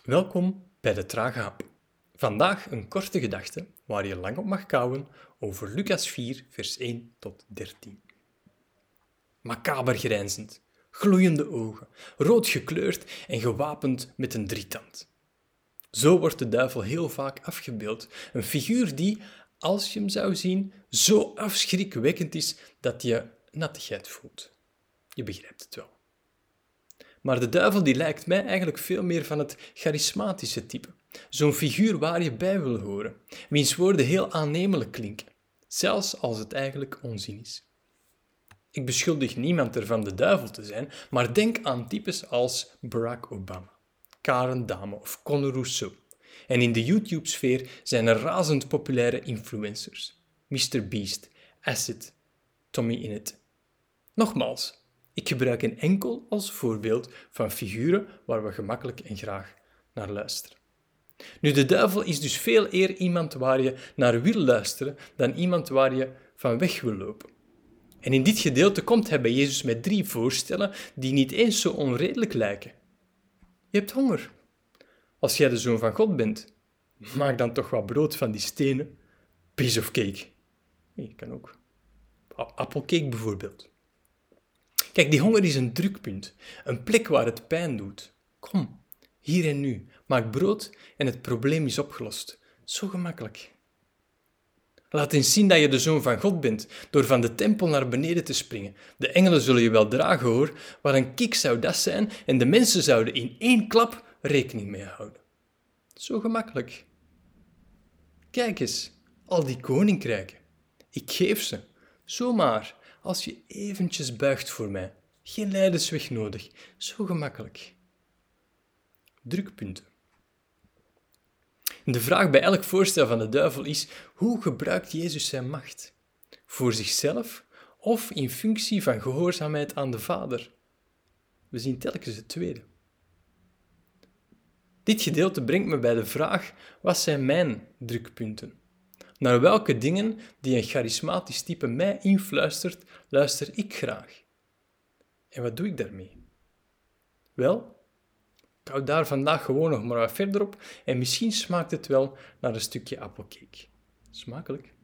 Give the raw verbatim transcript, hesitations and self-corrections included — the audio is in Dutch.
Welkom bij de Trage Hap. Vandaag een korte gedachte waar je lang op mag kouwen over Lucas vier, vers één tot dertien. Macaber grijnzend, gloeiende ogen, rood gekleurd en gewapend met een drietand. Zo wordt de duivel heel vaak afgebeeld, een figuur die, als je hem zou zien, zo afschrikwekkend is dat je nattigheid voelt. Je begrijpt het wel. Maar de duivel die lijkt mij eigenlijk veel meer van het charismatische type. Zo'n figuur waar je bij wil horen, wiens woorden heel aannemelijk klinken, zelfs als het eigenlijk onzin is. Ik beschuldig niemand ervan de duivel te zijn, maar denk aan types als Barack Obama, Karen Dame of Conor Rousseau. En in de YouTube-sfeer zijn er razend populaire influencers. mister Beast, Acid, Tommy Innit. Nogmaals, ik gebruik een enkel als voorbeeld van figuren waar we gemakkelijk en graag naar luisteren. Nu, de duivel is dus veel eer iemand waar je naar wil luisteren dan iemand waar je van weg wil lopen. En in dit gedeelte komt hij bij Jezus met drie voorstellen die niet eens zo onredelijk lijken. Je hebt honger. Als jij de Zoon van God bent, maak dan toch wat brood van die stenen. Piece of cake. Je kan ook. Appelcake bijvoorbeeld. Kijk, die honger is een drukpunt, een plek waar het pijn doet. Kom, hier en nu, maak brood en het probleem is opgelost. Zo gemakkelijk. Laat eens zien dat je de Zoon van God bent, door van de tempel naar beneden te springen. De engelen zullen je wel dragen, hoor. Wat een kick zou dat zijn en de mensen zouden in één klap rekening mee houden. Zo gemakkelijk. Kijk eens, al die koninkrijken. Ik geef ze, zomaar, als je eventjes buigt voor mij. Geen lijdensweg nodig, zo gemakkelijk. Drukpunten. De vraag bij elk voorstel van de duivel is: hoe gebruikt Jezus zijn macht? Voor zichzelf of in functie van gehoorzaamheid aan de Vader? We zien telkens het tweede. Dit gedeelte brengt me bij de vraag: wat zijn mijn drukpunten? Naar welke dingen die een charismatisch type mij influistert, luister ik graag? En wat doe ik daarmee? Wel, ik hou daar vandaag gewoon nog maar wat verder op en misschien smaakt het wel naar een stukje appelcake. Smakelijk.